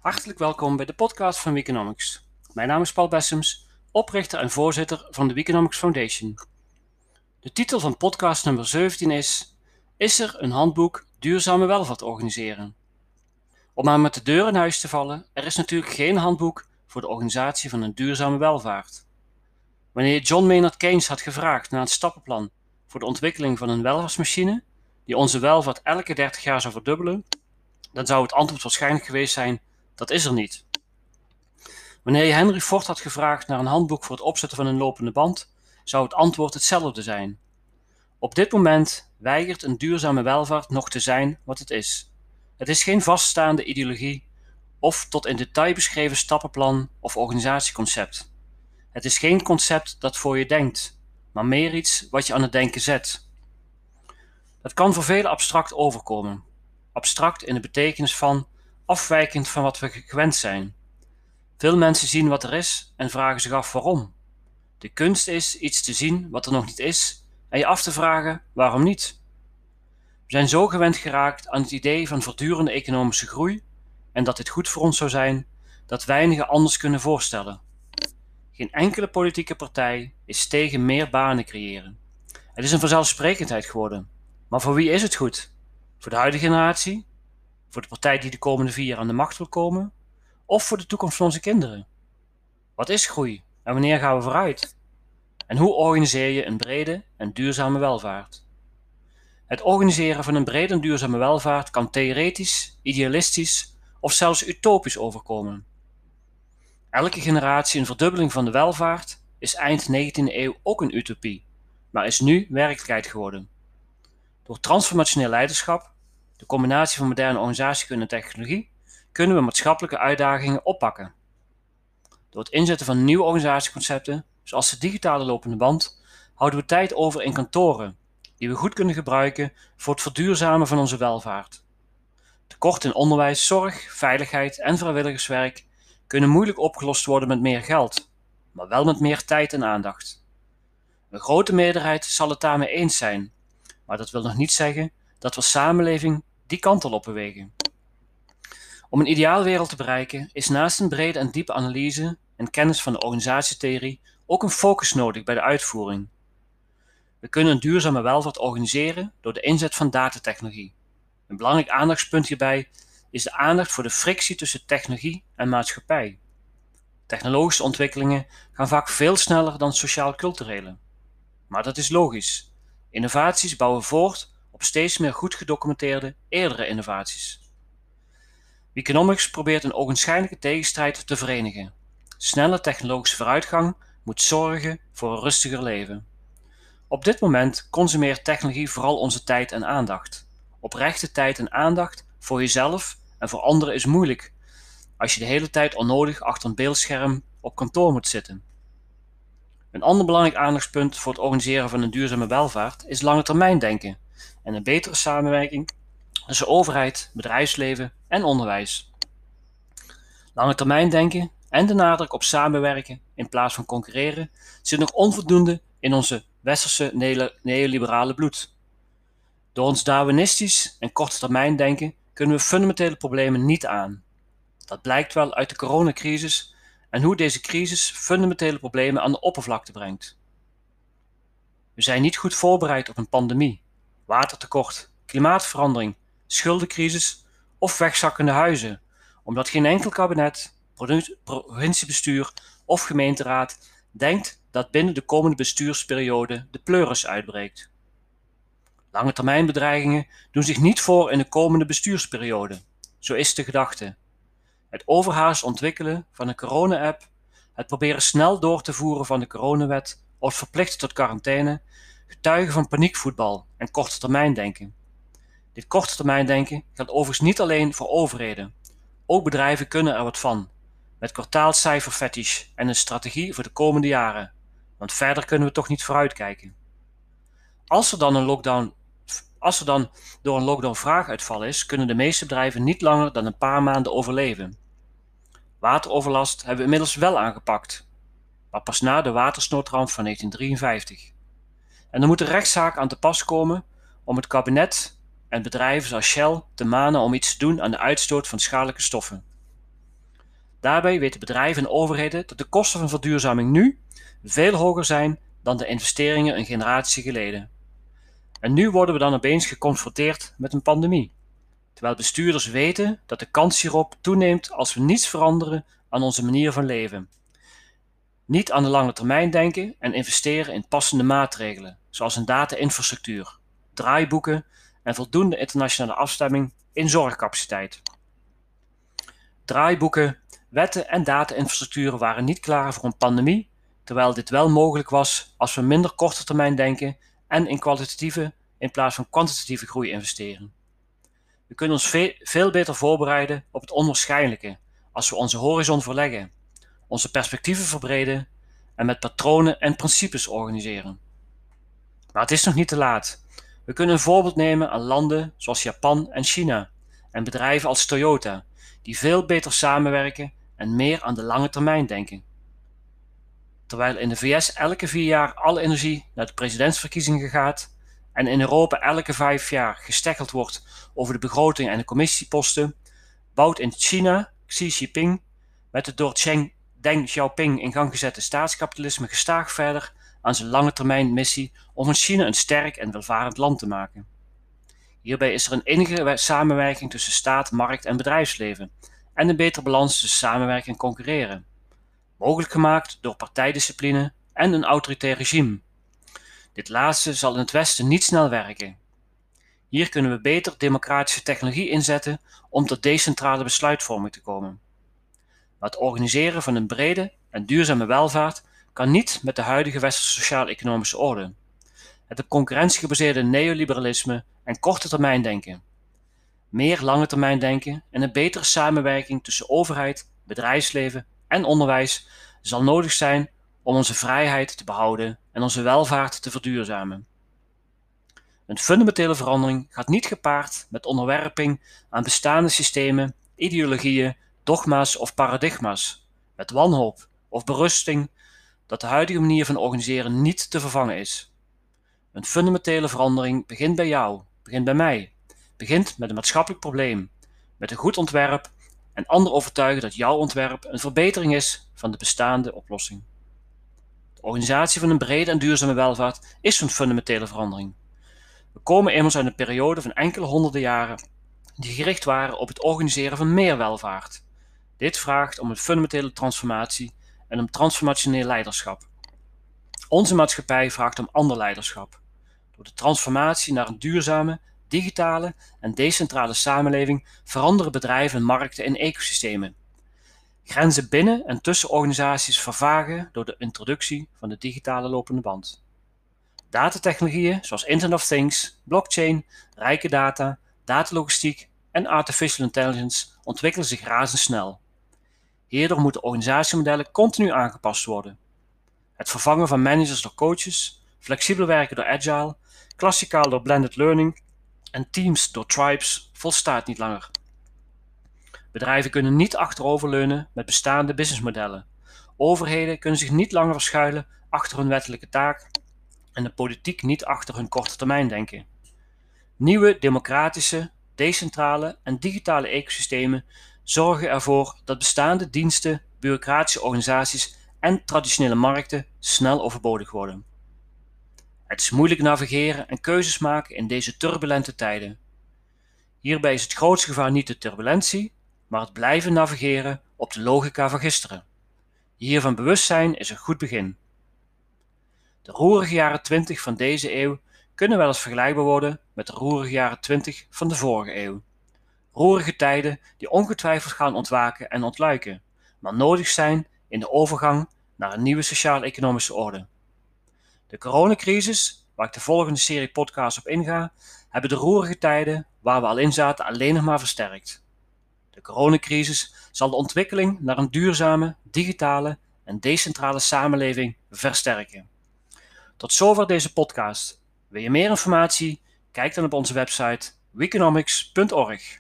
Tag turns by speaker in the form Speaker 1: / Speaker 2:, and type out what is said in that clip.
Speaker 1: Hartelijk welkom bij de podcast van Weeconomics. Mijn naam is Paul Bessems, oprichter en voorzitter van de Weeconomics Foundation. De titel van podcast nummer 17 is er een handboek duurzame welvaart organiseren? Om maar met de deur in huis te vallen, er is natuurlijk geen handboek voor de organisatie van een duurzame welvaart. Wanneer John Maynard Keynes had gevraagd naar een stappenplan voor de ontwikkeling van een welvaartsmachine, die onze welvaart elke 30 jaar zou verdubbelen, dan zou het antwoord waarschijnlijk geweest zijn: dat is er niet. Wanneer je Henry Ford had gevraagd naar een handboek voor het opzetten van een lopende band, zou het antwoord hetzelfde zijn. Op dit moment weigert een duurzame welvaart nog te zijn wat het is. Het is geen vaststaande ideologie of tot in detail beschreven stappenplan of organisatieconcept. Het is geen concept dat voor je denkt, maar meer iets wat je aan het denken zet. Dat kan voor velen abstract overkomen. Abstract in de betekenis van afwijkend van wat we gewend zijn. Veel mensen zien wat er is en vragen zich af waarom. De kunst is iets te zien wat er nog niet is en je af te vragen waarom niet. We zijn zo gewend geraakt aan het idee van voortdurende economische groei en dat dit goed voor ons zou zijn, dat weinigen anders kunnen voorstellen. Geen enkele politieke partij is tegen meer banen creëren. Het is een vanzelfsprekendheid geworden. Maar voor wie is het goed? Voor de huidige generatie? Voor de partij die de komende 4 jaar aan de macht wil komen? Of voor de toekomst van onze kinderen? Wat is groei en wanneer gaan we vooruit? En hoe organiseer je een brede en duurzame welvaart? Het organiseren van een brede en duurzame welvaart kan theoretisch, idealistisch of zelfs utopisch overkomen. Elke generatie een verdubbeling van de welvaart is eind 19e eeuw ook een utopie, maar is nu werkelijkheid geworden. Door transformationeel leiderschap, de combinatie van moderne organisatiekunde en technologie, kunnen we maatschappelijke uitdagingen oppakken. Door het inzetten van nieuwe organisatieconcepten, zoals de digitale lopende band, houden we tijd over in kantoren, die we goed kunnen gebruiken voor het verduurzamen van onze welvaart. Tekorten in onderwijs, zorg, veiligheid en vrijwilligerswerk kunnen moeilijk opgelost worden met meer geld, maar wel met meer tijd en aandacht. Een grote meerderheid zal het daarmee eens zijn, maar dat wil nog niet zeggen dat we als samenleving die kant al op bewegen. Om een ideaalwereld te bereiken is naast een brede en diepe analyse en kennis van de organisatietheorie ook een focus nodig bij de uitvoering. We kunnen een duurzame welvaart organiseren door de inzet van datatechnologie. Een belangrijk aandachtspunt hierbij is de aandacht voor de frictie tussen technologie en maatschappij. Technologische ontwikkelingen gaan vaak veel sneller dan sociaal-culturele. Maar dat is logisch. Innovaties bouwen voort op steeds meer goed gedocumenteerde eerdere innovaties. Weeconomics probeert een ogenschijnlijke tegenstrijd te verenigen. Snelle technologische vooruitgang moet zorgen voor een rustiger leven. Op dit moment consumeert technologie vooral onze tijd en aandacht. Oprechte tijd en aandacht voor jezelf en voor anderen is moeilijk, als je de hele tijd onnodig achter een beeldscherm op kantoor moet zitten. Een ander belangrijk aandachtspunt voor het organiseren van een duurzame welvaart is langetermijndenken en een betere samenwerking tussen overheid, bedrijfsleven en onderwijs. Langetermijndenken en de nadruk op samenwerken in plaats van concurreren zit nog onvoldoende in onze westerse neoliberale bloed. Door ons Darwinistisch en korte termijn denken kunnen we fundamentele problemen niet aan. Dat blijkt wel uit de coronacrisis en hoe deze crisis fundamentele problemen aan de oppervlakte brengt. We zijn niet goed voorbereid op een pandemie, watertekort, klimaatverandering, schuldencrisis of wegzakkende huizen, omdat geen enkel kabinet, provinciebestuur of gemeenteraad denkt dat binnen de komende bestuursperiode de pleuris uitbreekt. Langetermijnbedreigingen doen zich niet voor in de komende bestuursperiode. Zo is de gedachte. Het overhaast ontwikkelen van een corona-app, het proberen snel door te voeren van de coronawet of verplichten tot quarantaine, getuigen van paniekvoetbal en korte termijn denken. Dit korte termijn denken geldt overigens niet alleen voor overheden. Ook bedrijven kunnen er wat van, met kwartaalcijferfetish en een strategie voor de komende jaren, want verder kunnen we toch niet vooruitkijken. Als er dan door een lockdown vraaguitval is, kunnen de meeste bedrijven niet langer dan een paar maanden overleven. Wateroverlast hebben we inmiddels wel aangepakt, maar pas na de watersnoodramp van 1953. En er moet een rechtszaak aan te pas komen om het kabinet en bedrijven zoals Shell te manen om iets te doen aan de uitstoot van schadelijke stoffen. Daarbij weten bedrijven en overheden dat de kosten van verduurzaming nu veel hoger zijn dan de investeringen een generatie geleden. En nu worden we dan opeens geconfronteerd met een pandemie, terwijl bestuurders weten dat de kans hierop toeneemt als we niets veranderen aan onze manier van leven. Niet aan de lange termijn denken en investeren in passende maatregelen, zoals een data-infrastructuur, draaiboeken en voldoende internationale afstemming in zorgcapaciteit. Draaiboeken, wetten en data-infrastructuren waren niet klaar voor een pandemie, terwijl dit wel mogelijk was als we minder korte termijn denken en in kwalitatieve in plaats van kwantitatieve groei investeren. We kunnen ons veel beter voorbereiden op het onwaarschijnlijke als we onze horizon verleggen, onze perspectieven verbreden en met patronen en principes organiseren. Maar het is nog niet te laat. We kunnen een voorbeeld nemen aan landen zoals Japan en China en bedrijven als Toyota, die veel beter samenwerken en meer aan de lange termijn denken. Terwijl in de VS elke 4 jaar alle energie naar de presidentsverkiezingen gaat en in Europa elke 5 jaar gesteggeld wordt over de begroting en de commissieposten, bouwt in China Xi Jinping met het door Deng Xiaoping in gang gezette staatskapitalisme gestaag verder aan zijn lange termijn missie om van China een sterk en welvarend land te maken. Hierbij is er een innige samenwerking tussen staat, markt en bedrijfsleven en een betere balans tussen samenwerken en concurreren, mogelijk gemaakt door partijdiscipline en een autoritair regime. Dit laatste zal in het Westen niet snel werken. Hier kunnen we beter democratische technologie inzetten om tot decentrale besluitvorming te komen. Maar het organiseren van een brede en duurzame welvaart kan niet met de huidige westerse sociaal-economische orde, het op concurrentie gebaseerde neoliberalisme en korte termijn denken. Meer lange termijn denken en een betere samenwerking tussen overheid, bedrijfsleven en onderwijs zal nodig zijn om onze vrijheid te behouden en onze welvaart te verduurzamen. Een fundamentele verandering gaat niet gepaard met onderwerping aan bestaande systemen, ideologieën, dogma's of paradigma's, met wanhoop of berusting dat de huidige manier van organiseren niet te vervangen is. Een fundamentele verandering begint bij jou, begint bij mij, begint met een maatschappelijk probleem, met een goed ontwerp en anderen overtuigen dat jouw ontwerp een verbetering is van de bestaande oplossing. De organisatie van een brede en duurzame welvaart is een fundamentele verandering. We komen immers uit een periode van enkele honderden jaren die gericht waren op het organiseren van meer welvaart. Dit vraagt om een fundamentele transformatie en om transformationeel leiderschap. Onze maatschappij vraagt om ander leiderschap. Door de transformatie naar een duurzame, digitale en decentrale samenleving veranderen bedrijven en markten in ecosystemen. Grenzen binnen en tussen organisaties vervagen door de introductie van de digitale lopende band. Datatechnologieën zoals Internet of Things, blockchain, rijke data, datalogistiek en artificial intelligence ontwikkelen zich razendsnel. Hierdoor moeten organisatiemodellen continu aangepast worden. Het vervangen van managers door coaches, flexibel werken door agile, klassikaal door blended learning en teams door tribes volstaat niet langer. Bedrijven kunnen niet achteroverleunen met bestaande businessmodellen. Overheden kunnen zich niet langer verschuilen achter hun wettelijke taak en de politiek niet achter hun korte termijn denken. Nieuwe democratische, decentrale en digitale ecosystemen zorgen ervoor dat bestaande diensten, bureaucratische organisaties en traditionele markten snel overbodig worden. Het is moeilijk navigeren en keuzes maken in deze turbulente tijden. Hierbij is het grootste gevaar niet de turbulentie, maar het blijven navigeren op de logica van gisteren. Hiervan bewust zijn is een goed begin. De roerige jaren 20 van deze eeuw kunnen wel eens vergelijkbaar worden met de roerige jaren 20 van de vorige eeuw. Roerige tijden die ongetwijfeld gaan ontwaken en ontluiken, maar nodig zijn in de overgang naar een nieuwe sociaal-economische orde. De coronacrisis, waar ik de volgende serie podcasts op inga, hebben de roerige tijden waar we al in zaten alleen nog maar versterkt. De coronacrisis zal de ontwikkeling naar een duurzame, digitale en decentrale samenleving versterken. Tot zover deze podcast. Wil je meer informatie? Kijk dan op onze website weeconomics.org.